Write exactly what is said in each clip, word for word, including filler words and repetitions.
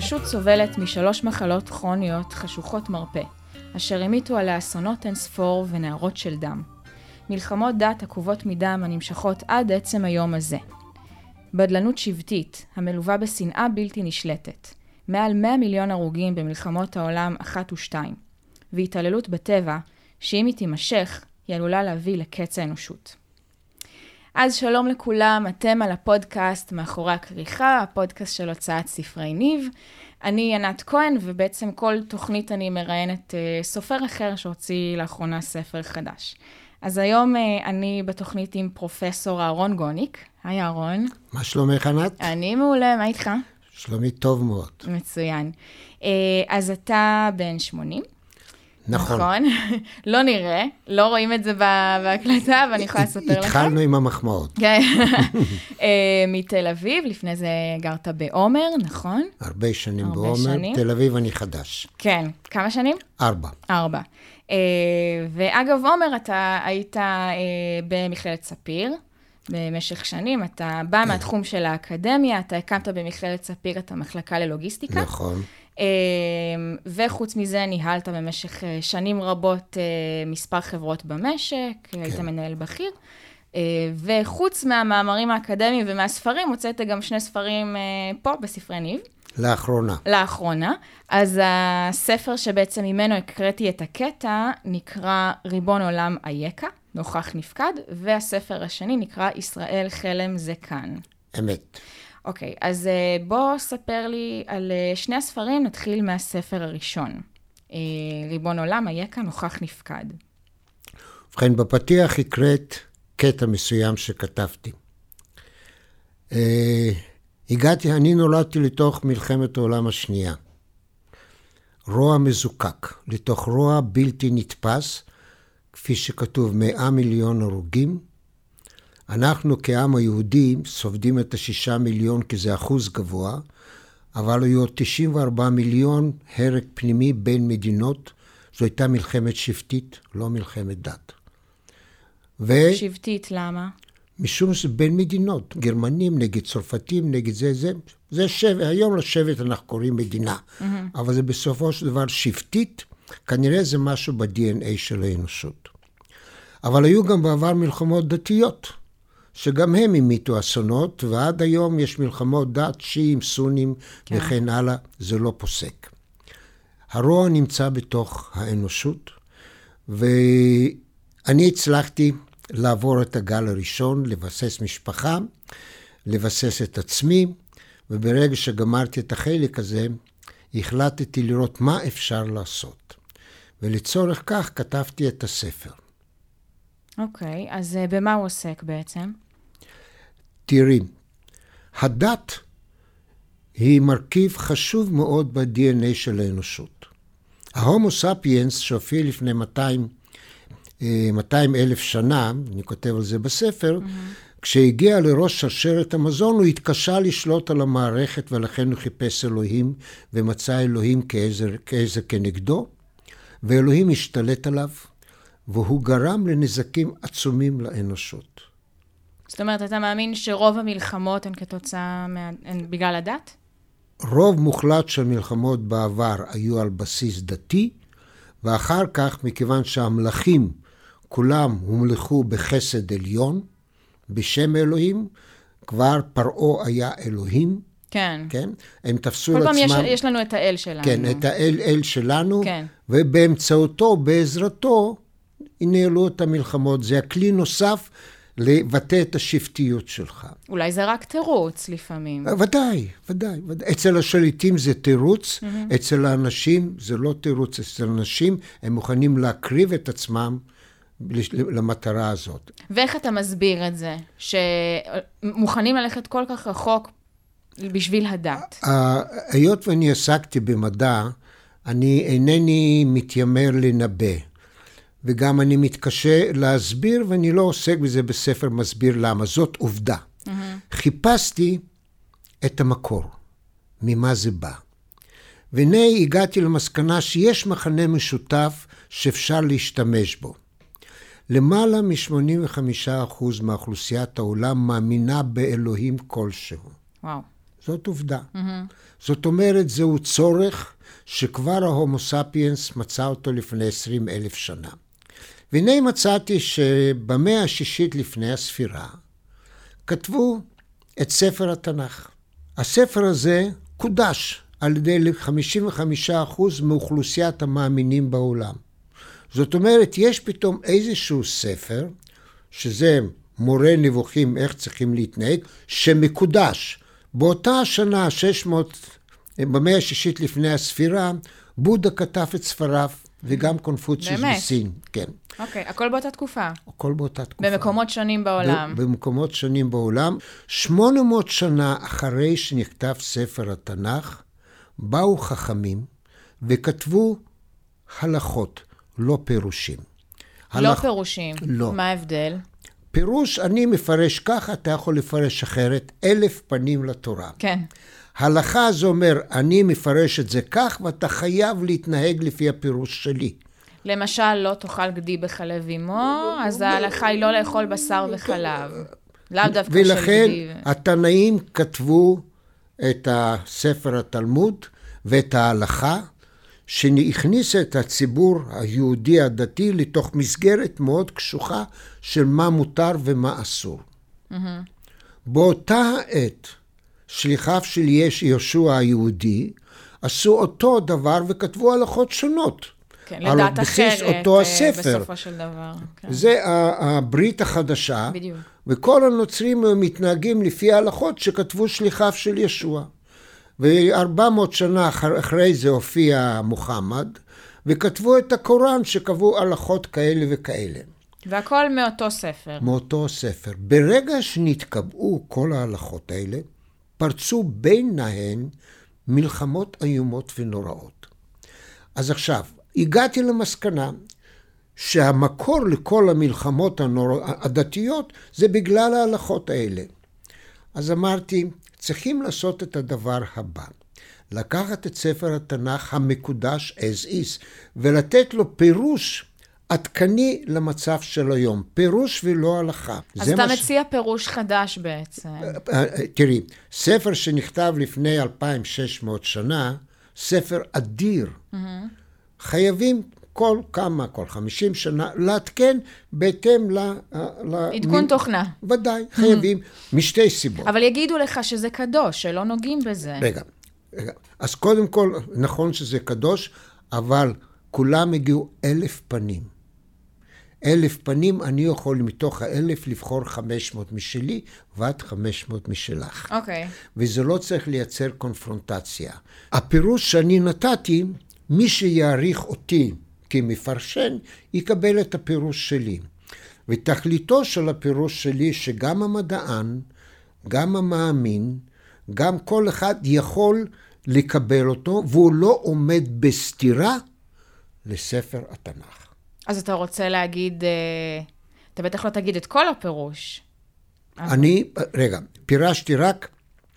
האנושות סובלת משלוש מחלות כרוניות חשוכות מרפא, אשר המיתו עליה אסונות אין ספור ונהרות של דם. מלחמות דת עקובות מדם הנמשכות עד עצם היום הזה. בדלנות שבטית, המלווה בשנאה בלתי נשלטת. מעל מאה מיליון הרוגים במלחמות העולם אחת ושתיים. והתעללות בטבע, שאם היא תימשך, היא עלולה להביא לקץ האנושות. אז שלום לכולם, אתם על הפודקאסט מאחורי הכריכה, הפודקאסט של הוצאת ספרי ניב. אני ענת כהן, ובעצם כל תוכנית אני מראיינת סופר אחר שהוציא לאחרונה ספר חדש. אז היום אני בתוכנית עם פרופסור אהרון גוניק. היי אהרון. מה שלומך ענת? אני מעולה, מה איתך? שלומי טוב מאוד. מצוין. אז אתה בן שמונים. נכון. נכון. לא נראה, לא רואים את זה בהקלטה, ואני יכולה לספר לך. התחלנו עם המחמאות. כן. מתל אביב, לפני זה גרת בעומר, נכון? הרבה שנים בעומר. תל אביב אני חדש. כן. כמה שנים? ארבע. ארבע. ואגב, עומר, אתה היית במכללת ספיר, במשך שנים, אתה בא מהתחום של האקדמיה, אתה הקמת במכללת ספיר את המחלקה ללוגיסטיקה. נכון. וחוץ מזה ניהלת במשך שנים רבות מספר חברות במשק, היית מנהל בכיר, וחוץ מהמאמרים האקדמיים ומהספרים, הוצאת גם שני ספרים פה בספרי ניב. לאחרונה. לאחרונה. אז הספר שבעצם ממנו הקראתי את הקטע, נקרא ריבון עולם אייכה, נוכח נפקד, והספר השני נקרא ישראל חלם זה כאן. אמת. אוקיי, אז בוא ספר לי על שני הספרים, נתחיל מהספר הראשון. ריבון עולם אייכה, נוכח נפקד. ובכן, בפתיח הקראת קטע מסוים שכתבתי. הגעתי, אני נולדתי לתוך מלחמת העולם השנייה. רוע מזוקק, לתוך רוע בלתי נתפס, כפי שכתוב, מאה מיליון הרוגים. אנחנו כעם היהודי סופדים את השישה מיליון כי זה אחוז גבוה, אבל היו תשעים וארבעה מיליון הרג פנימי בין מדינות. זו הייתה מלחמת שבטית, לא מלחמת דת. ו... שבטית, למה? משום שבין מדינות, גרמנים נגד צרפתים, נגד זה, זה, זה שבט, היום לשבט אנחנו קוראים מדינה, mm-hmm. אבל זה בסופו של דבר שבטית, כנראה זה משהו ב-די אן איי של האנושות. אבל היו גם בעבר מלחמות דתיות, שגם הם המיתו אסונות, ועד היום יש מלחמות דת, שיעים, סונים כן. וכן הלאה, זה לא פוסק. הרוע נמצא בתוך האנושות, ואני הצלחתי לעבור את הגל הראשון, לבסס משפחה, לבסס את עצמי, וברגע שגמרתי את החלק הזה, החלטתי לראות מה אפשר לעשות. ולצורך כך כתבתי את הספר. אוקיי, אז במה הוא עוסק בעצם? תראי, הדת היא מרכיב חשוב מאוד ב-די אן איי של האנושות. ההומו ספיאנס שהופיע לפני מאתיים אלף שנה, אני כותב על זה בספר, mm-hmm. כשהגיע לראש שרשרת המזון הוא התקשה לשלוט על המערכת ולכן הוא חיפש אלוהים ומצא אלוהים כעזר, כעזר כנגדו, ואלוהים השתלט עליו והוא גרם לנזקים עצומים לאנושות. זאת אומרת, אתה מאמין שרוב המלחמות הן כתוצאה מה... הן בגלל הדת? רוב מוחלט של מלחמות בעבר היו על בסיס דתי, ואחר כך, מכיוון שהמלכים כולם הומלכו בחסד עליון, בשם אלוהים, כבר פרעה היה אלוהים. כן. כן? הם תפסו כל לעצמם... כל פעם יש, יש לנו את האל שלנו. כן, את האל אל שלנו, כן. ובאמצעותו, בעזרתו, ינהלו את המלחמות. זה הכלי נוסף לבטא את השבטיות שלך. אולי זה רק תירוץ לפעמים. ודאי, ודאי, ודאי. אצל השליטים זה תירוץ, mm-hmm. אצל האנשים זה לא תירוץ, אצל האנשים הם מוכנים להקריב את עצמם למטרה הזאת. ואיך אתה מסביר את זה? שמוכנים ללכת כל כך רחוק בשביל הדת? היות ואני עסקתי במדע, אני אינני מתיימר לנבא. וגם אני מתקשה להסביר, ואני לא עוסק בזה בספר מסביר למה. זאת עובדה. Mm-hmm. חיפשתי את המקור, ממה זה בא. והנה הגעתי למסקנה שיש מחנה משותף שאפשר להשתמש בו. למעלה מ-שמונים וחמישה אחוז מאוכלוסיית העולם מאמינה באלוהים כלשהו. וואו. זאת עובדה. Mm-hmm. זאת אומרת, זהו צורך שכבר ההומו ספיאנס מצא אותו לפני עשרים אלף שנה. והנה מצאתי שבמאה השישית לפני הספירה, כתבו את ספר התנ"ך. הספר הזה קודש על ידי חמישים וחמישה אחוז מאוכלוסיית המאמינים בעולם. זאת אומרת, יש פתאום איזשהו ספר, שזה מורה נבוכים איך צריכים להתנהג, שמקודש. באותה השנה, שש מאות, במאה השישית לפני הספירה, בודה כתב את ספריו, וגם קונפוציוס בסין. כן. אוקיי, הכל באותה תקופה. הכל באותה תקופה. במקומות שונים בעולם. במקומות שונים בעולם. שמונה מאות שנה אחרי שנכתב ספר התנ"ך, באו חכמים וכתבו הלכות, לא פירושים. לא הלכ... פירושים. לא. מה ההבדל? פירוש, אני מפרש ככה, אתה יכול לפרש אחרת, אלף פנים לתורה. כן. הלכה זה אומר, אני מפרש את זה כך, ואתה חייב להתנהג לפי הפירוש שלי. למשל, לא תאכל גדי בחלב אמו, אז ההלכה היא לא לאכול בשר וחלב. לאו דווקא של גדי. ולכן התנאים כתבו את הספר התלמוד ואת ההלכה, שהכניסה את הציבור היהודי הדתי לתוך מסגרת מאוד קשוחה של מה מותר ומה אסור. Mm-hmm. באותה העת, שליחיו של יש יהושע היהודי, עשו אותו דבר וכתבו הלכות שונות. כן, לדעת אחרת, אותו הספר. בסופו של דבר. כן. זה הברית החדשה. בדיוק. וכל הנוצרים מתנהגים לפי ההלכות שכתבו שליחיו של ישוע. ו-ארבע מאות שנה אחרי זה הופיע מוחמד, וכתבו את הקוראן שקבעו הלכות כאלה וכאלה. והכל מאותו ספר. מאותו ספר. ברגע שנתקבעו כל ההלכות האלה, פרצו ביניהן מלחמות איומות ונוראות. אז עכשיו, הגעתי למסקנה שהמקור לכל המלחמות הנור... הדתיות זה בגלל ההלכות האלה. אז אמרתי, צריכים לעשות את הדבר הבא. לקחת את ספר התנ"ך המקודש as is, ולתת לו פירוש עדכני למצב של היום. פירוש ולא הלכה. אז אתה מציע ש... פירוש חדש בעצם. תראי, ספר שנכתב לפני אלפיים ושש מאות שנה, ספר אדיר. Mm-hmm. חייבים כל כמה, כל חמישים שנה, להתקן בהתאם ל... עדכון תוכנה. ודאי, חייבים, משתי סיבות. אבל יגידו לך שזה קדוש, שלא נוגעים בזה. רגע, רגע. אז קודם כל, נכון שזה קדוש, אבל כולם הגיעו אלף פנים. אלף פנים, אני יכול מתוך האלף לבחור חמש מאות משלי, ועד חמש מאות משלך. אוקיי. וזה לא צריך לייצר קונפרונטציה. הפירוש שאני נתתי, מי שיעריך אותי כמפרשן, יקבל את הפירוש שלי. ותכליתו של הפירוש שלי, שגם המדען, גם המאמין, גם כל אחד יכול לקבל אותו, והוא לא עומד בסתירה לספר התנ"ך. אז אתה רוצה להגיד, אתה בטח לא תגיד את כל הפירוש. אני, רגע, פירשתי רק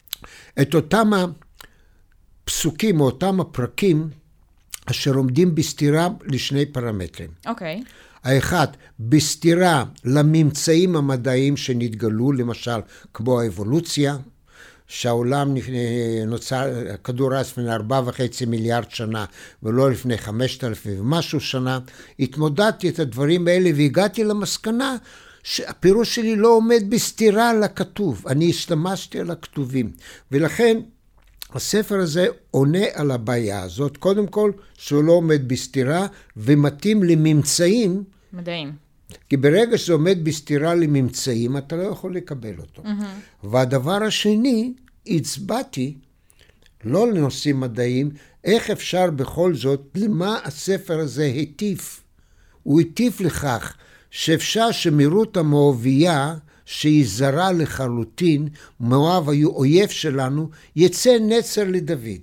את אותם הפסוקים, או אותם הפרקים, אשר עומדים בסתירה לשני פרמטרים. אוקיי. האחד, בסתירה לממצאים המדעיים שנתגלו, למשל, כמו האבולוציה, שהעולם נוצר, כדור הארץ לפני ארבע וחצי מיליארד שנה, ולא לפני חמשת אלפים ומשהו שנה. התמודדתי את הדברים האלה והגעתי למסקנה שהפירוש שלי לא עומד בסתירה לכתוב. אני השתמשתי על הכתובים. ולכן הספר הזה עונה על הבעיה הזאת. קודם כל, שהוא לא עומד בסתירה ומתאים לממצאים. מדעים. כי ברגע שזה עומד בסתירה לממצאים, אתה לא יכול לקבל אותו. Mm-hmm. והדבר השני, הצבעתי, לא לנושאים מדעיים, איך אפשר בכל זאת, למה הספר הזה היטיף. הוא היטיף לכך שאפשר שמרות המואביה, שהיא זרה לחלוטין, מואב היו אויב שלנו, יצא נצר לדוד.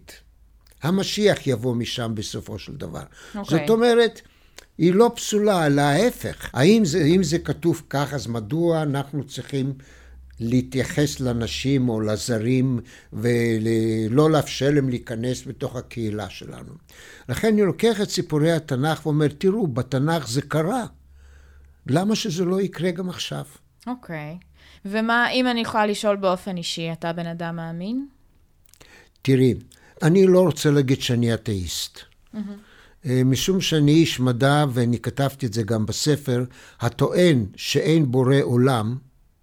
המשיח יבוא משם בסופו של דבר. Okay. זאת אומרת, היא לא פסולה, אלא ההפך. האם זה, אם זה כתוב כך, אז מדוע אנחנו צריכים להתייחס לנשים או לזרים, ולא לאפשר להם להיכנס בתוך הקהילה שלנו? לכן אני לוקח את סיפורי התנ"ך ואומר, תראו, בתנ"ך זה קרה. למה שזה לא יקרה גם עכשיו? אוקיי. ומה, אם אני יכולה לשאול באופן אישי, אתה בן אדם מאמין? תראי, אני לא רוצה להגיד שאני אתאיסט. Mm-hmm. משום שאני איש מדע, ואני כתבתי את זה גם בספר, הטוען שאין בורא עולם,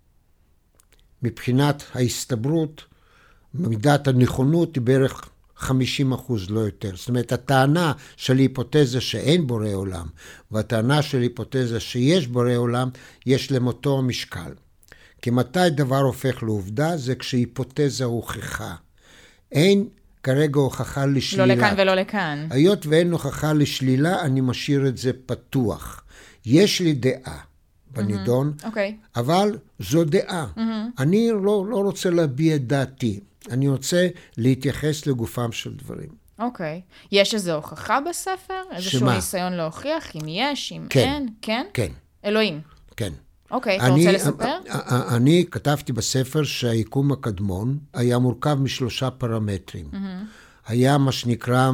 מבחינת ההסתברות, מידת הנכונות היא בערך חמישים אחוז, לא יותר. זאת אומרת, הטענה של היפותזה שאין בורא עולם, והטענה של היפותזה שיש בורא עולם, יש להם אותו משקל. כי מתי דבר הופך לעובדה? זה כשהיפותזה הוכחה. אין כרגע הוכחה לשלילה. לא לכאן ולא לכאן. היות ואין הוכחה לשלילה, אני משאיר את זה פתוח. יש לי דעה בנידון, mm-hmm. okay. אבל זו דעה. Mm-hmm. אני לא, לא רוצה להביע את דעתי. אני רוצה להתייחס לגופם של דברים. אוקיי. Okay. יש איזו הוכחה בספר? איזשהו שמה? ניסיון להוכיח? אם יש, אם כן. אין? כן? כן. אלוהים? כן. אוקיי, אתה רוצה לספר? אני כתבתי בספר שהיקום הקדמון היה מורכב משלושה פרמטרים. היה מה שנקרא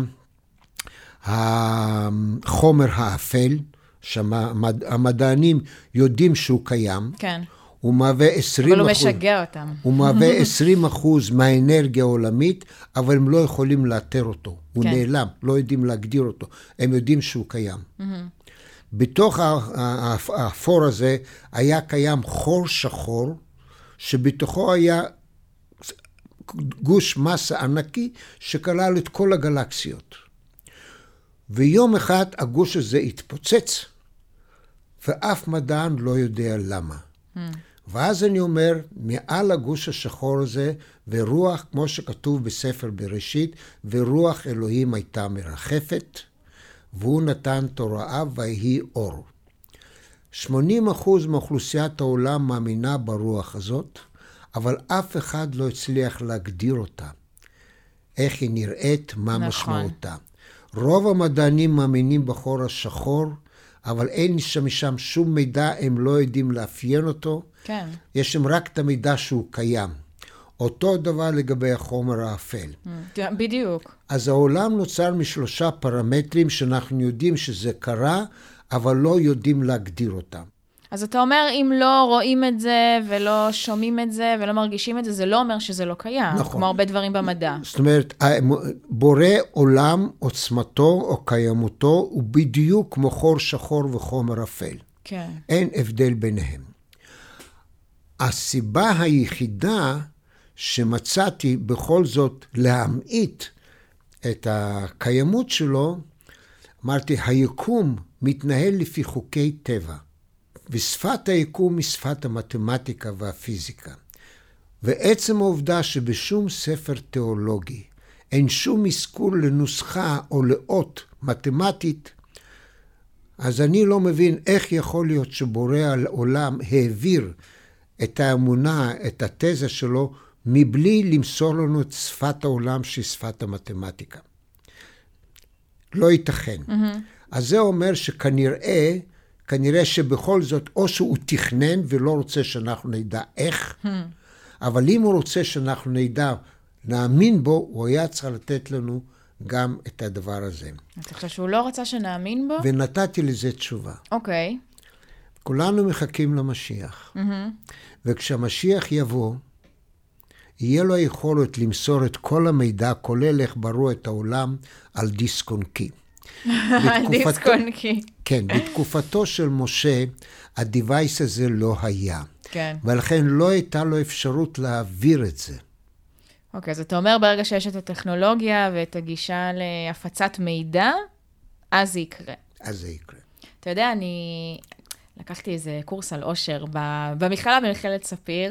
החומר האפל, שהמדענים יודעים שהוא קיים. כן. הוא מהווה עשרים אחוז. אבל הוא משגע אותם. הוא מהווה עשרים אחוז מהאנרגיה העולמית, אבל הם לא יכולים לאתר אותו. הוא נעלם, לא יודעים להגדיר אותו. הם יודעים שהוא קיים. בתוך האפור הזה היה קיים חור שחור, שבתוכו היה גוש מסה ענקי שכלל את כל הגלקסיות. ויום אחד הגוש הזה התפוצץ, ואף מדען לא יודע למה. Hmm. ואז אני אומר, מעל הגוש השחור הזה, ורוח, כמו שכתוב בספר בראשית, ורוח אלוהים הייתה מרחפת, והוא נתן תוראה ויהי אור. שמונים אחוז מאוכלוסיית העולם מאמינה ברוח הזאת, אבל אף אחד לא הצליח להגדיר אותה. איך היא נראית, מה נכון. משמעותה. רוב המדענים מאמינים בחור השחור, אבל אין שם משם שום מידע, הם לא יודעים לאפיין אותו. כן. יש שם רק את המידע שהוא קיים. אותו דבר לגבי החומר האפל. בדיוק. אז העולם נוצר משלושה פרמטרים שאנחנו יודעים שזה קרה, אבל לא יודעים להגדיר אותם. אז אתה אומר, אם לא רואים את זה, ולא שומעים את זה, ולא מרגישים את זה, זה לא אומר שזה לא קיים. נכון. כמו הרבה דברים במדע. זאת אומרת, בורא עולם, עוצמתו או קיימותו, הוא בדיוק כמו חור שחור וחומר אפל. כן. אין הבדל ביניהם. הסיבה היחידה שמצאתי בכל זאת להמעיט את הקיימות שלו, אמרתי, היקום מתנהל לפי חוקי טבע. ושפת היקום היא שפת המתמטיקה והפיזיקה. ועצם העובדה שבשום ספר תיאולוגי אין שום אזכור לנוסחה או לאות מתמטית, אז אני לא מבין איך יכול להיות שבורא העולם העביר את האמונה, את התזה שלו, מבלי למסור לנו את שפת העולם שהיא שפת המתמטיקה. לא ייתכן. Mm-hmm. אז זה אומר שכנראה, כנראה שבכל זאת, או שהוא תכנן ולא רוצה שאנחנו נדע איך, hmm. אבל אם הוא רוצה שאנחנו נדע, נאמין בו, הוא היה צריך לתת לנו גם את הדבר הזה. אתה חושב שהוא לא רצה שנאמין בו? ונתתי לזה תשובה. אוקיי. Okay. כולנו מחכים למשיח. Mm-hmm. וכשהמשיח יבוא, יהיה לו יכולת למסור את כל המידע, כולל איך ברו את העולם, על דיסק און קי. דיסק און קי. כן, בתקופתו של משה, הדיווייס הזה לא היה. כן. ולכן לא הייתה לו אפשרות להעביר את זה. אוקיי, אז אתה אומר, ברגע שיש את הטכנולוגיה ואת הגישה להפצת מידע, אז זה יקרה. אז זה יקרה. אתה יודע, אני לקחתי איזה קורס על עושר במכללה במכללת ספיר,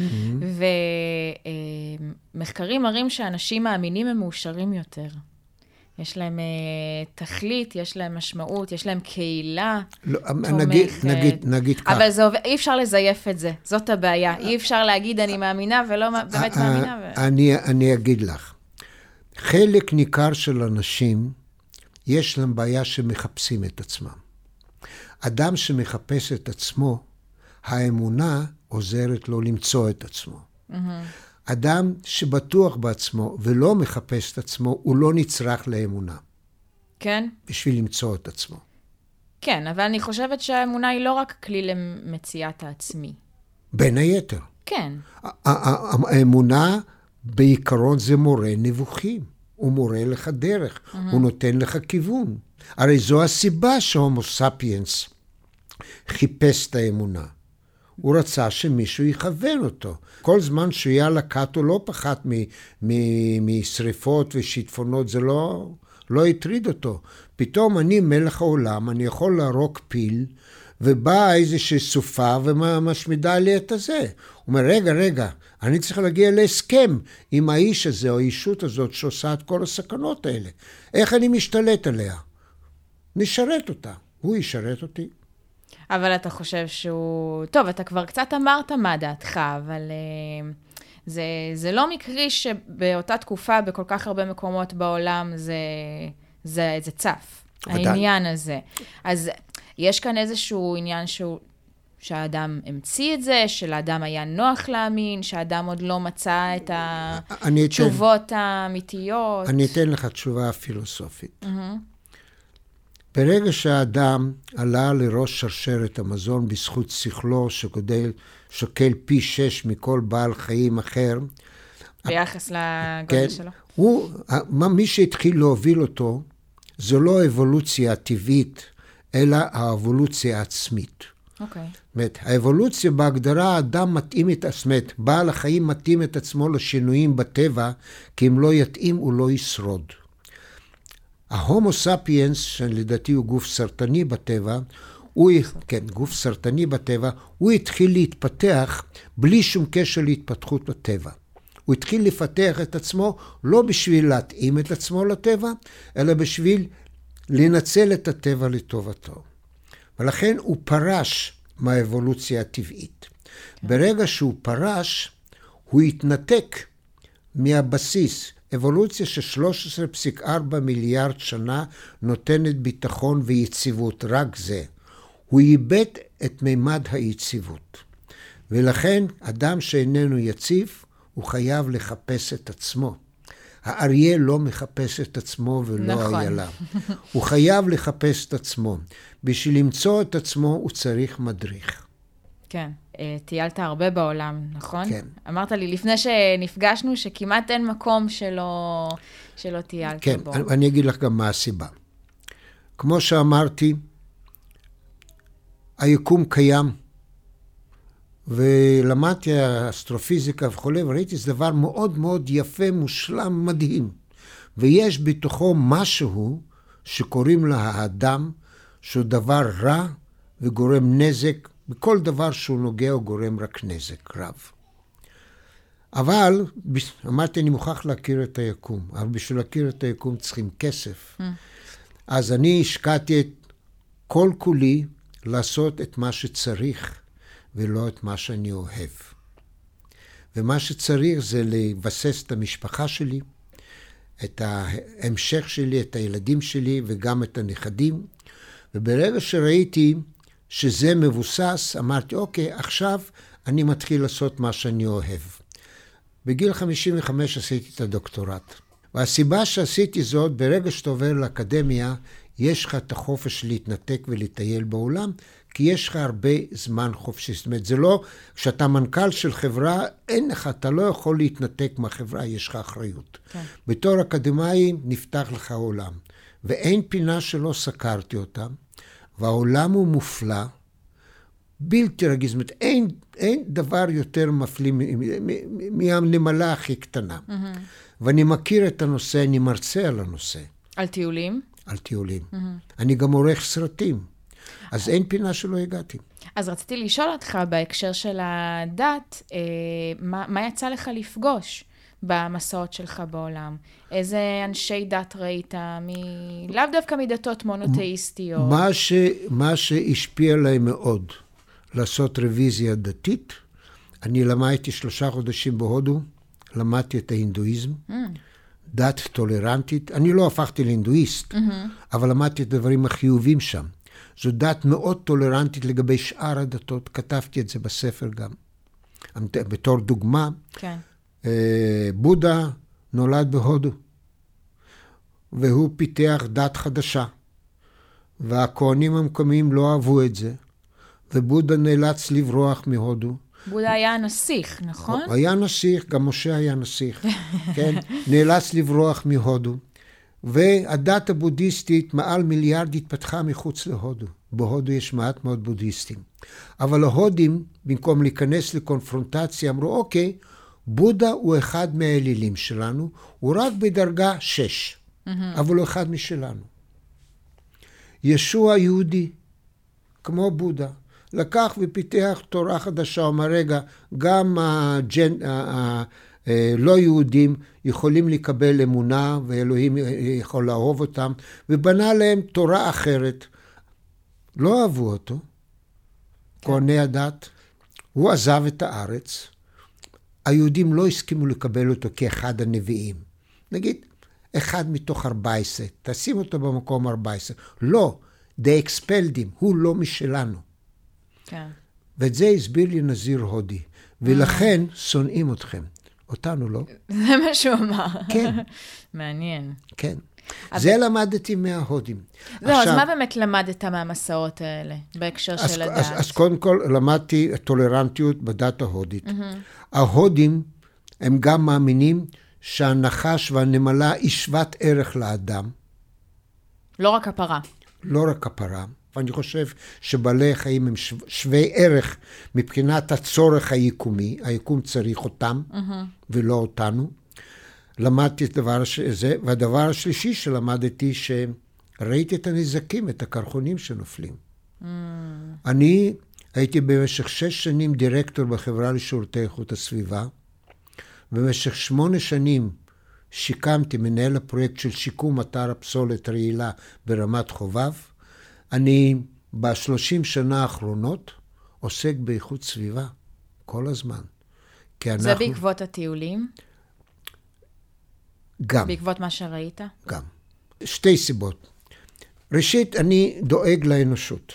ומחקרים מראים שאנשים מאמינים הם מאושרים יותר. יש להם uh, תכלית, יש להם משמעות, יש להם קהילה לא, נגיד, נגיד, נגיד כך. אבל זה, אי אפשר לזייף את זה, זאת הבעיה. אי אפשר להגיד אני מאמינה ולא באמת מאמינה. ו... אני, אני אגיד לך, חלק ניכר של אנשים, יש להם בעיה שמחפשים את עצמם. אדם שמחפש את עצמו, האמונה עוזרת לו למצוא את עצמו. Mm-hmm. אדם שבטוח בעצמו ולא מחפש את עצמו, הוא לא נצרך לאמונה. כן. בשביל למצוא את עצמו. כן, אבל אני חושבת שהאמונה היא לא רק כלי למציאת העצמי. בין היתר. כן. האמונה בעיקרון זה מורה נבוכים. הוא מורה לך דרך, mm-hmm. הוא נותן לך כיוון. הרי זו הסיבה שההומו ספיאנס חיפש את האמונה. הוא רצה שמישהו יכוון אותו. כל זמן שהיה לקט הוא לא פחת משריפות ושיטפונות, זה לא, לא הטריד אותו. פתאום אני מלך העולם, אני יכול להרוג פיל, ובאה איזושהי סופה ומשמידה לי את הזה. הוא אומר, רגע, רגע, אני צריך להגיע להסכם עם האיש הזה או האישות הזאת שעושה את כל הסכנות האלה. איך אני משתלט עליה? נשרת אותה. הוא ישרת אותי. אבל אתה חושב שהוא... טוב, אתה כבר קצת אמרת מה דעתך, אבל uh, זה, זה לא מקרי שבאותה תקופה, בכל כך הרבה מקומות בעולם, זה, זה, זה צף. ודאי. העניין הזה. אז יש כאן איזשהו עניין שהוא, שהאדם המציא את זה, שלאדם היה נוח להאמין, שהאדם עוד לא מצא את התשובות האמיתיות. אני אתן לך תשובה פילוסופית. Mm-hmm. ברגע שהאדם עלה לראש שרשרת המזון בזכות שכלו שגודל, שוקל פי שש מכל בעל חיים אחר. ביחס לגודל כן, שלו. הוא, מי שהתחיל להוביל אותו, זו לא אבולוציה הטבעית, אלא האבולוציה העצמית. אוקיי. Okay. זאת אומרת, האבולוציה בהגדרה, האדם מתאים את עצמו, בעל החיים מתאים את עצמו לשינויים בטבע, כי אם לא יתאים הוא לא ישרוד. ההומו ספיאנס, שלדעתי הוא גוף סרטני בטבע, הוא, כן, גוף סרטני בטבע, הוא התחיל להתפתח בלי שום קשר להתפתחות בטבע. הוא התחיל לפתח את עצמו לא בשביל להתאים את עצמו לטבע, אלא בשביל לנצל את הטבע לטובתו. ולכן הוא פרש מהאבולוציה הטבעית. ברגע שהוא פרש, הוא התנתק מהבסיס. אבולוציה של שלוש עשרה נקודה ארבע מיליארד שנה נותנת ביטחון ויציבות, רק זה. הוא איבד את מימד היציבות. ולכן אדם שאיננו יציב, הוא חייב לחפש את עצמו. האריה לא מחפש את עצמו ולא נכון. איילה. הוא חייב לחפש את עצמו. בשביל למצוא את עצמו הוא צריך מדריך. כן. טיילת הרבה בעולם, נכון? כן. אמרת לי לפני שנפגשנו שכמעט אין מקום שלא, שלא טיילת כן, בו. כן, אני אגיד לך גם מה הסיבה. כמו שאמרתי, היקום קיים, ולמדתי אסטרופיזיקה וכו', וראיתי זה דבר מאוד מאוד יפה, מושלם, מדהים. ויש בתוכו משהו שקוראים לה האדם, שהוא דבר רע וגורם נזק, בכל דבר שהוא נוגע הוא גורם רק נזק רב. אבל, אמרתי, אני מוכרח להכיר את היקום, אבל בשביל להכיר את היקום צריכים כסף. Mm. אז אני השקעתי את כל כולי לעשות את מה שצריך, ולא את מה שאני אוהב. ומה שצריך זה לבסס את המשפחה שלי, את ההמשך שלי, את הילדים שלי וגם את הנכדים. וברגע שראיתי שזה מבוסס, אמרתי, אוקיי, עכשיו אני מתחיל לעשות מה שאני אוהב. בגיל חמישים וחמש עשיתי את הדוקטורט. והסיבה שעשיתי זאת, ברגע שאתה עובר לאקדמיה, יש לך את החופש להתנתק ולטייל בעולם, כי יש לך הרבה זמן חופשי. זאת אומרת, זה לא, כשאתה מנכ"ל של חברה, אין לך, אתה לא יכול להתנתק מהחברה, יש לך אחריות. כן. בתור אקדמאי נפתח לך העולם, ואין פינה שלא סקרתי אותה, והעולם הוא מופלא, בלתי רגיל, זאת אומרת, אין, אין דבר יותר מפליא מהנמלה הכי קטנה. Mm-hmm. ואני מכיר את הנושא, אני מרצה על הנושא. על טיולים? על טיולים. Mm-hmm. אני גם עורך סרטים. אז אין פינה שלא הגעתי. אז רציתי לשאול אותך בהקשר של הדת, אה, מה, מה יצא לך לפגוש במסעות שלך בעולם? איזה אנשי דת ראית? מ... לאו דווקא מדתות מונותאיסטיות. מה, ש... מה שהשפיע עליי מאוד, לעשות רוויזיה דתית, אני למדתי שלושה חודשים בהודו, למדתי את ההינדואיזם, mm. דת טולרנטית. אני לא הפכתי להינדואיסט, mm-hmm. אבל למדתי את הדברים החיובים שם. זו דת מאוד טולרנטית לגבי שאר הדתות, כתבתי את זה בספר גם. בתור דוגמה, כן. בודה נולד בהודו, והוא פיתח דת חדשה, והכהנים המקומיים לא אהבו את זה, ובודה נאלץ לברוח מהודו, בודה היה נסיך, נכון? הוא היה נסיך, גם משה היה נסיך. כן? נאלץ לברוח מהודו. והדת הבודהיסטית מעל מיליארד התפתחה מחוץ להודו. בהודו יש מעט מאוד בודהיסטים. אבל ההודים, במקום להיכנס לקונפרונטציה, אמרו, אוקיי, בודה הוא אחד מהאלילים שלנו, הוא רק בדרגה שש, mm-hmm. אבל הוא אחד משלנו. ישוע יהודי, כמו בודה, לקח ופיתח תורה חדשה, אומר רגע, גם הג'ן, הלא יהודים יכולים לקבל אמונה, ואלוהים יכול לאהוב אותם, ובנה להם תורה אחרת. לא אהבו אותו, כהני הדת, הוא עזב את הארץ, היהודים לא הסכימו לקבל אותו כאחד הנביאים. נגיד, אחד מתוך ארבע עשרה, תשים אותו במקום ארבע עשרה. לא, they expelled him, הוא לא משלנו. כן. ואת זה הסביר לי נזיר הודי, ולכן שונאים אתכם. אותנו לא. זה מה שהוא אמר. כן. מעניין. כן. זה למדתי מההודים. לא, אז מה באמת למדת מהמסעות האלה, בהקשר של הדת? אז קודם כל למדתי טולרנטיות בדת ההודית. ההודים הם גם מאמינים שהנחש והנמלה היא שוות ערך לאדם. לא רק הפרה. לא רק הפרה. ואני חושב שבעלי החיים הם שווי ערך מבחינת הצורך היקומי. היקום צריך אותם ולא אותנו. למדתי את הדבר הזה, והדבר השלישי שלמדתי שראיתי את הנזקים, את הקרחונים שנופלים. Mm. אני הייתי במשך שש שנים דירקטור בחברה לשירותי איכות הסביבה, במשך שמונה שנים שיקמתי מנהל הפרויקט של שיקום אתר הפסולת רעילה ברמת חובב. אני בשלושים שנה האחרונות עוסק באיכות סביבה, כל הזמן. אנחנו... זה בעקבות הטיולים? גם. בעקבות מה שראית? גם. שתי סיבות. ראשית, אני דואג לאנושות.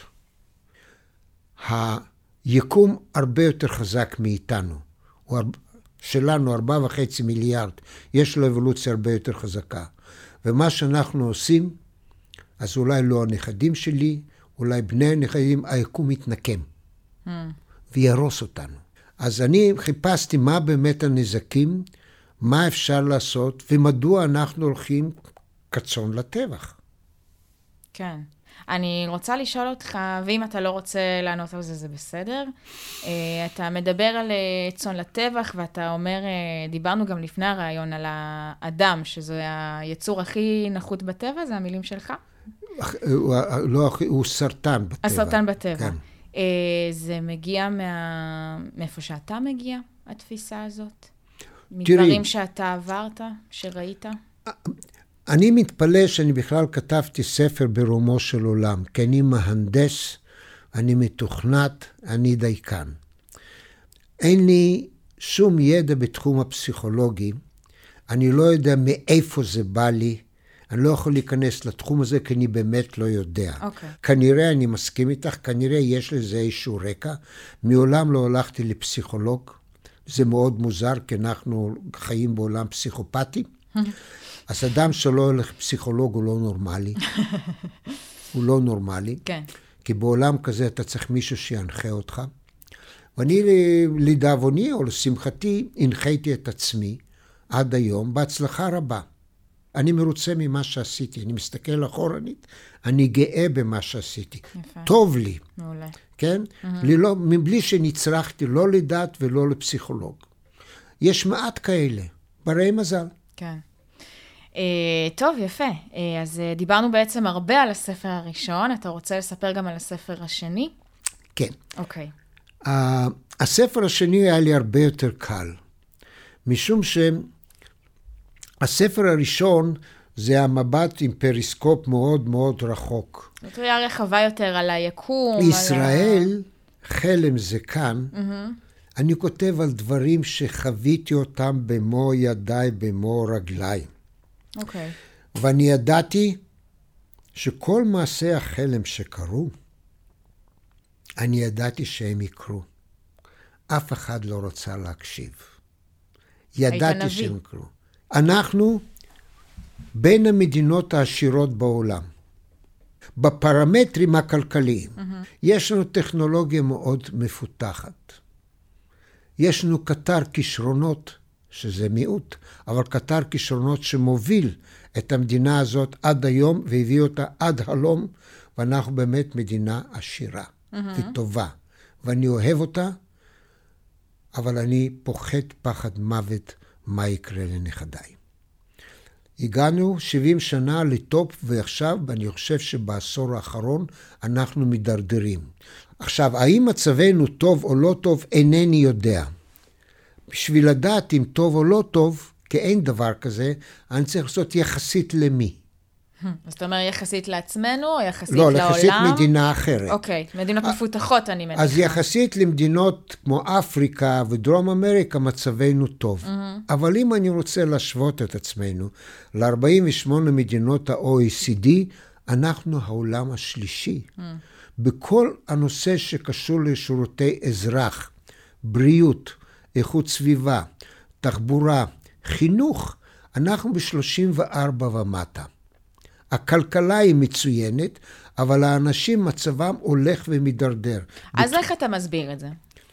היקום הרבה יותר חזק מאיתנו. הוא הרבה, שלנו ארבע וחצי מיליארד. יש לו אבולוציה הרבה יותר חזקה. ומה שאנחנו עושים, אז אולי לא הנכדים שלי, אולי בני הנכדים, היקום יתנקם. Hmm. וירוס אותנו. אז אני חיפשתי מה באמת הנזקים, מה אפשר לעשות, ומדוע אנחנו הולכים כצאן לטבח. כן. אני רוצה לשאול אותך, ואם אתה לא רוצה לענות על זה, זה בסדר. אתה מדבר על צאן לטבח, ואתה אומר, דיברנו גם לפני הרעיון על האדם, שזה היצור הכי נחות בטבע, זה המילים שלך? לא, הוא סרטן בטבע. הסרטן בטבע. כן. זה מגיע מה... מאיפה שאתה מגיע, התפיסה הזאת? מדברים שאתה עברת, שראית? אני מתפלא שאני בכלל כתבתי ספר ברומו של עולם, כי אני מהנדס, אני מתוכנת, אני דייקן. אין לי שום ידע בתחום הפסיכולוגי, אני לא יודע מאיפה זה בא לי, אני לא יכול להיכנס לתחום הזה, כי אני באמת לא יודע. Okay. כנראה, אני מסכים איתך, כנראה יש לזה איזשהו רקע. מעולם לא הלכתי לפסיכולוג, זה מאוד מוזר, כי אנחנו חיים בעולם פסיכופתי. אז אדם שלא הולך לפסיכולוג הוא לא נורמלי. הוא לא נורמלי. כן. כי בעולם כזה אתה צריך מישהו שינחה אותך. ואני לדאבוני או לשמחתי, הנחיתי את עצמי עד היום בהצלחה רבה. אני מרוצה ממה שעשיתי, אני מסתכל אחורנית, אני גאה במה שעשיתי. יפה. טוב לי. מעולה. כן? Mm-hmm. ללא, מבלי שנצרכתי לא לדת ולא לפסיכולוג. יש מעט כאלה, בראי מזל. כן. Uh, טוב, יפה. Uh, אז uh, דיברנו בעצם הרבה על הספר הראשון, אתה רוצה לספר גם על הספר השני? כן. אוקיי. Okay. Uh, הספר השני היה לי הרבה יותר קל, משום שהספר הראשון זה המבט עם פריסקופ מאוד מאוד רחוק. זאת ראייה רחבה יותר על היקום. ישראל, על... חלם זה כאן, mm-hmm. אני כותב על דברים שחוויתי אותם במו ידיי, במו רגליי. אוקיי. Okay. ואני ידעתי שכל מעשי החלם שקרו, אני ידעתי שהם יקרו. אף אחד לא רוצה להקשיב. ידעתי שהם יקרו. אנחנו בין המדינות העשירות בעולם. בפרמטרים הכלכליים, mm-hmm. יש לנו טכנולוגיה מאוד מפותחת. יש לנו קטר כישרונות, שזה מיעוט, אבל קטר כישרונות שמוביל את המדינה הזאת עד היום, והביא אותה עד הלום, ואנחנו באמת מדינה עשירה mm-hmm. וטובה. ואני אוהב אותה, אבל אני פוחד פחד מוות מה יקרה לנכדיי. הגענו שבעים שנה לטופ, ועכשיו, ואני חושב שבעשור האחרון, אנחנו מדרדרים. עכשיו, האם מצבנו טוב או לא טוב, אינני יודע. בשביל לדעת אם טוב או לא טוב, כי אין דבר כזה, אני צריך לעשות יחסית למי. אז אתה אומר יחסית לעצמנו, או יחסית לא, לעולם? לא, יחסית מדינה אחרת. אוקיי, מדינות מפותחות אני מניחה. אז יחסית למדינות כמו אפריקה ודרום אמריקה, מצבנו טוב. Mm-hmm. אבל אם אני רוצה להשוות את עצמנו, ל-ארבעים ושמונה מדינות ה-או אי סי די, אנחנו העולם השלישי. Mm-hmm. בכל הנושא שקשור לשירותי אזרח, בריאות, איכות סביבה, תחבורה, חינוך, אנחנו ב-שלושים וארבע ומטה. הכלכלה היא מצוינת, אבל האנשים מצבם הולך ומדרדר. אז איך אתה מסביר את זה?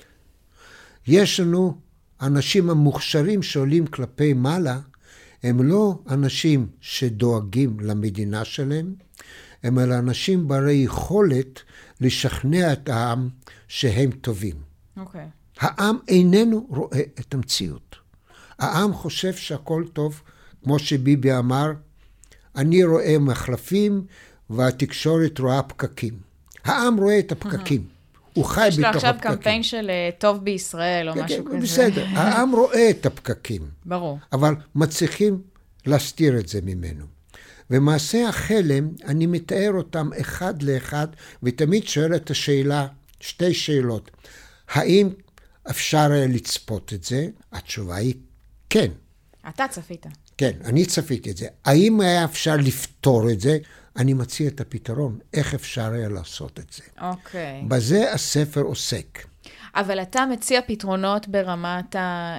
יש לנו אנשים המוכשרים שעולים כלפי מעלה, הם לא אנשים שדואגים למדינה שלהם, הם אלה אנשים בעלי יכולת לשכנע את העם שהם טובים. אוקיי. העם איננו רואה את המציאות. העם חושב שהכל טוב, כמו שביבי אמר, אני רואה מחלפים והתקשורת רואה פקקים. העם רואה את הפקקים. הוא חי בתוך הפקקים. יש לו עכשיו קמפיין של טוב בישראל או משהו כזה. בסדר, העם רואה את הפקקים. ברור. אבל מצליחים להסתיר את זה ממנו. ומעשה החלם, אני מתאר אותם אחד לאחד, ותמיד שואל את השאלה, שתי שאלות. האם אפשר לצפות את זה? התשובה היא כן. אתה צפית. כן, אני צפיתי את זה. האם היה אפשר לפתור את זה? אני מציע את הפתרון. איך אפשר היה לעשות את זה? אוקיי. בזה הספר עוסק. אבל אתה מציע פתרונות ברמת, ה...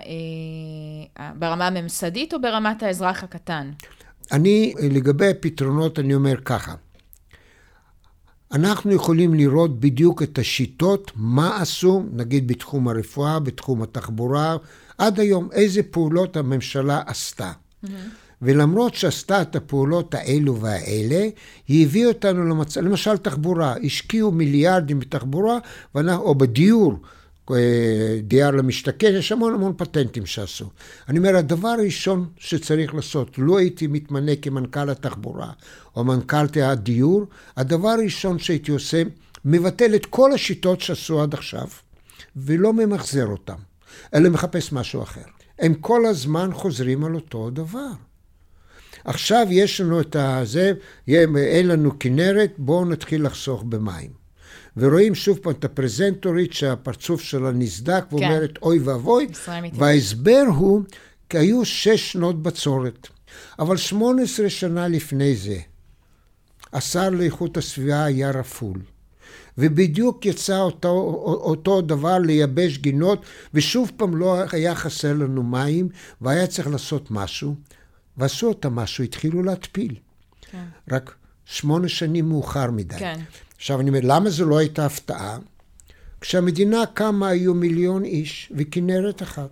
ברמה הממסדית או ברמת האזרח הקטן? אני, לגבי הפתרונות, אני אומר ככה. אנחנו יכולים לראות בדיוק את השיטות, מה עשו, נגיד בתחום הרפואה, בתחום התחבורה, עד היום איזה פעולות הממשלה עשתה. Mm-hmm. ולמרות שעשתה את הפעולות האלו והאלה, היא הביאה אותנו למצב, למשל תחבורה, השקיעו מיליארדים בתחבורה, או בדיור, דייר למשתכן, יש המון המון פטנטים שעשו. אני אומר, הדבר הראשון שצריך לעשות, לא הייתי מתמנה כמנכ"ל התחבורה, או מנכ"ל הדיור, הדבר הראשון שהייתי עושה, מבטל את כל השיטות שעשו עד עכשיו, ולא ממחזר אותם, אלא מחפש משהו אחר. הם כל הזמן חוזרים על אותו דבר. עכשיו יש לנו את זה, אין לנו כנרת, בואו נתחיל לחסוך במים. ורואים שוב פעם את הפרזנטורית שהפרצוף שלה נסדק, כן. ואומרת אוי ואבוי, וההסבר הוא, כי היו שש שנות בצורת. אבל שמונה עשרה שנה לפני זה, השר לאיכות הסביבה היה רפול. ובדיוק יצא אותו, אותו דבר לייבש גינות, ושוב פעם לא היה חסר לנו מים, והיה צריך לעשות משהו, ועשו אותה משהו, התחילו להתפיל. כן. רק שמונה שנים מאוחר מדי. כן. עכשיו אני אומר, למה זו לא הייתה הפתעה? כשהמדינה קמה היו מיליון איש וכנרת אחת.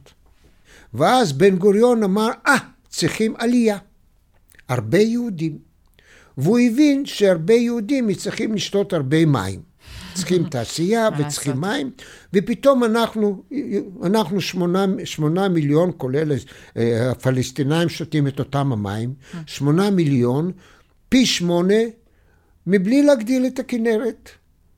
ואז בן גוריון אמר, אה, צריכים עלייה. הרבה יהודים. והוא הבין שהרבה יהודים צריכים לשתות הרבה מים. צריכים תעשייה וצריכים מים, ופתאום אנחנו, אנחנו שמונה, שמונה מיליון, כולל הפלסטינאים שותים את אותם המים, שמונה מיליון, פי שמונה, מבלי להגדיל את הכנרת.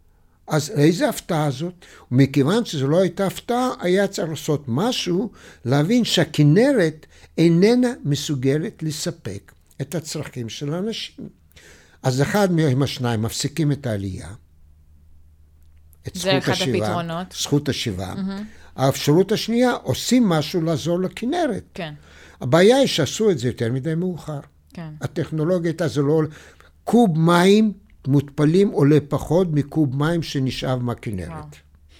אז איזה הפתעה זאת? ומכיוון שזו לא הייתה הפתעה, היה צריך לעשות משהו, להבין שהכנרת איננה מסוגלת לספק את הצרכים של האנשים. אז אחד מהם השניים מפסיקים את העלייה, את זכות השיבה, זכות השיבה. Mm-hmm. האפשרות השנייה, עושים משהו לעזור לכנרת. כן. הבעיה היא שעשו את זה יותר מדי מאוחר. כן. הטכנולוגיה הייתה, זה לא... קוב מים מותפלים עולה פחות מקוב מים שנשאב מהכנרת.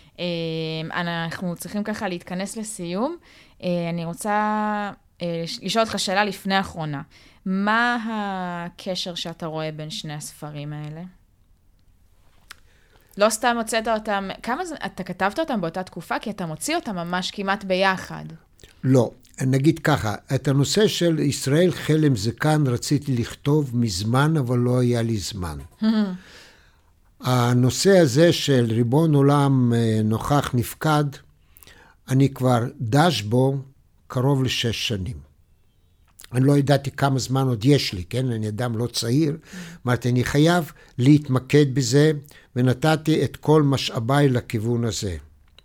אנחנו צריכים ככה להתכנס לסיום. אני רוצה לשאול אותך שאלה לפני האחרונה. מה הקשר שאתה רואה בין שני הספרים האלה? לא סתם הוצאת אותם, כמה זה, אתה כתבת אותם באותה תקופה, כי אתה מוציא אותם ממש כמעט ביחד. לא, נגיד ככה, את הנושא של ישראל חלם זקן רציתי לכתוב מזמן, אבל לא היה לי זמן. הנושא הזה של ריבון עולם נוכח נפקד, אני כבר דש בו קרוב לשש שנים. אני לא ידעתי כמה זמן עוד יש לי, כן? אני אדם לא צעיר. אמרתי, אני חייב להתמקד בזה, ונתתי את כל משאביי לכיוון הזה.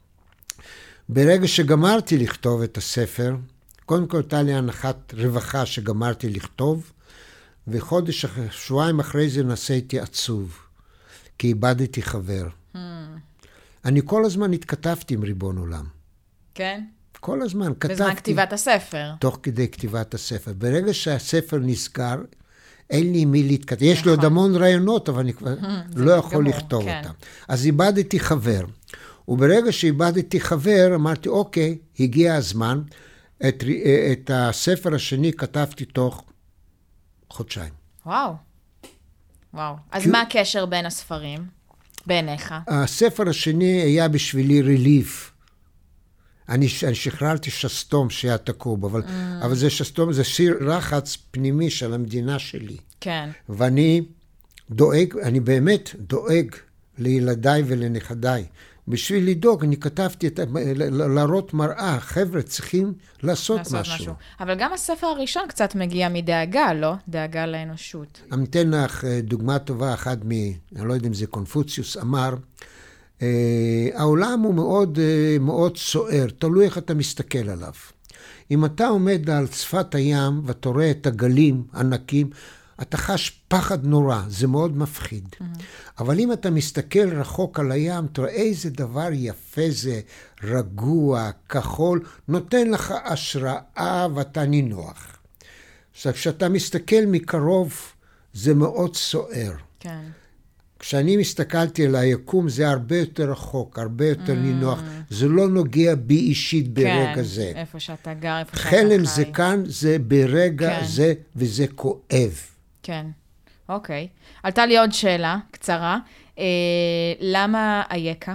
ברגע שגמרתי לכתוב את הספר, קודם כל הייתה לי הנחת רווחה שגמרתי לכתוב, וחודש, שבועיים אחרי זה נסעתי עצוב, כי איבדתי חבר. Hmm. אני כל הזמן התכתבתי עם ריבון עולם. כן? כל הזמן כתבתי. בזמן כתיבת הספר. תוך כדי כתיבת הספר. ברגע שהספר נסגר, אין לי מי להתכתב. יש לי עוד המון רעיונות, אבל אני כבר לא יכול לכתוב אותם. אז איבדתי חבר. וברגע שאיבדתי חבר, אמרתי, אוקיי, הגיע הזמן. את, את הספר השני כתבתי תוך חודשיים. וואו. וואו. אז מה הקשר בין הספרים? בעיניך? הספר השני היה בשבילי ריליף. אני, אני שחררתי שסתום שהיה תקוב, אבל, mm. אבל זה שסתום, זה שיר רחץ פנימי של המדינה שלי. כן. ואני דואג, אני באמת דואג לילדיי ולנכדיי. בשביל לדאוג, אני כתבתי, את, להראות מראה, חבר'ה צריכים לעשות, לעשות משהו. משהו. אבל גם הספר הראשון קצת מגיע מדאגה, לא? דאגה לאנושות. אני אתן לך דוגמה טובה, אחד מ... אני לא יודע אם זה קונפוציוס אמר, Uh, העולם הוא מאוד, uh, מאוד סוער, תלוי איך אתה מסתכל עליו. אם אתה עומד על שפת הים ואתה רואה את הגלים ענקים, אתה חש פחד נורא, זה מאוד מפחיד. Mm-hmm. אבל אם אתה מסתכל רחוק על הים, אתה רואה איזה דבר יפה זה, רגוע, כחול, נותן לך השראה ואתה נינוח. עכשיו, כשאתה מסתכל מקרוב, זה מאוד סוער. כן. כשאני מסתכלתי על היקום, זה הרבה יותר רחוק, הרבה יותר mm. נינוח. זה לא נוגע בי אישית ברגע כן, זה. כן, איפה שאתה גר, איפה שאתה חי. חלם זה כאן, זה ברגע כן. זה, וזה כואב. כן, אוקיי. עלתה לי עוד שאלה קצרה. אה, למה אייכה?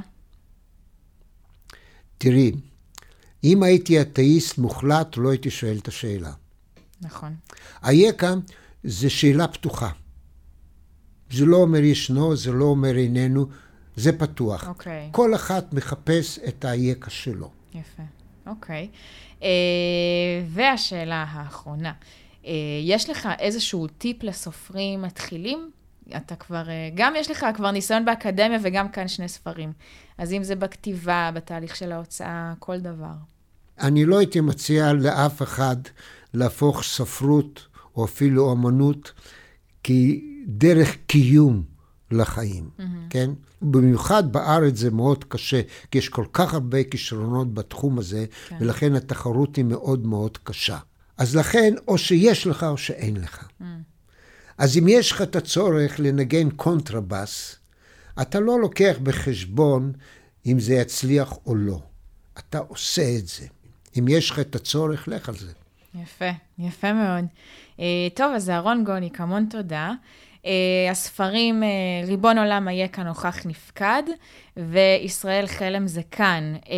תראי, אם הייתי אתאיסט מוחלט, לא הייתי שואל את השאלה. נכון. אייכה זה שאלה פתוחה. זה לא אומר ישנו, זה לא אומר איננו, זה פתוח. אוקיי. כל אחת מחפש את היקע שלו. יפה, אוקיי. אה, והשאלה האחרונה, אה, יש לך איזשהו טיפ לסופרים מתחילים? אתה כבר, אה, גם יש לך כבר ניסיון באקדמיה וגם כאן שני ספרים. אז אם זה בכתיבה, בתהליך של ההוצאה, כל דבר. אני לא הייתי מציע לאף אחד להפוך ספרות או אפילו אמנות, כי דרך קיום לחיים, mm-hmm. כן? במיוחד בארץ זה מאוד קשה, כי יש כל כך הרבה כישרונות בתחום הזה, כן. ולכן התחרות היא מאוד מאוד קשה. אז לכן, או שיש לך או שאין לך. Mm. אז אם יש לך את הצורך לנגן קונטרבס, אתה לא לוקח בחשבון אם זה יצליח או לא. אתה עושה את זה. אם יש לך את הצורך, לך על זה. יפה, יפה מאוד. Uh, טוב, אז אהרון גוניק, המון תודה. Uh, הספרים uh, ריבון עולם אייכה נוכח נפקד, וישראל חלם זה כאן. Uh,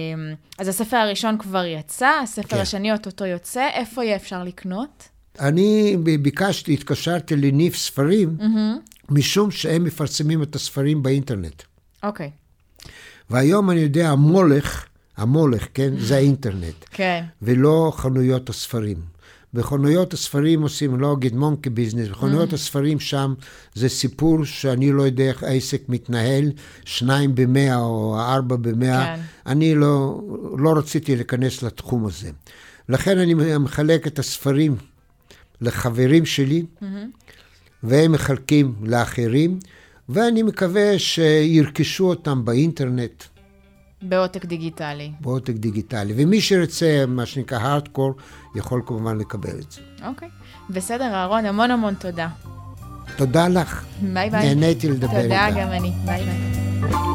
אז הספר הראשון כבר יצא, הספר כן. השני אותו יוצא, איפה יהיה אפשר לקנות? אני ביקשתי, התקשרתי לניף ספרים, mm-hmm. משום שהם מפרסמים את הספרים באינטרנט. אוקיי. Okay. והיום אני יודע, המולך, המולך, כן, זה האינטרנט. כן. ולא חנויות הספרים. בחנויות הספרים עושים, לא אגיד מונקי ביזנס, בחנויות mm. הספרים שם זה סיפור שאני לא יודע איך העסק מתנהל, שניים במאה או ארבע במאה. כן. אני לא, לא רציתי להיכנס לתחום הזה. לכן אני מחלק את הספרים לחברים שלי, mm-hmm. והם מחלקים לאחרים, ואני מקווה שירכשו אותם באינטרנט. בעותק דיגיטלי. בעותק דיגיטלי. ומי שרצה, מה שנקרא הארדקור, יכול כמובן לקבל את זה. אוקיי. בסדר, אהרון, המון המון תודה. תודה לך. ביי ביי. נהניתי לדבר איתך. תודה גם אני. ביי ביי.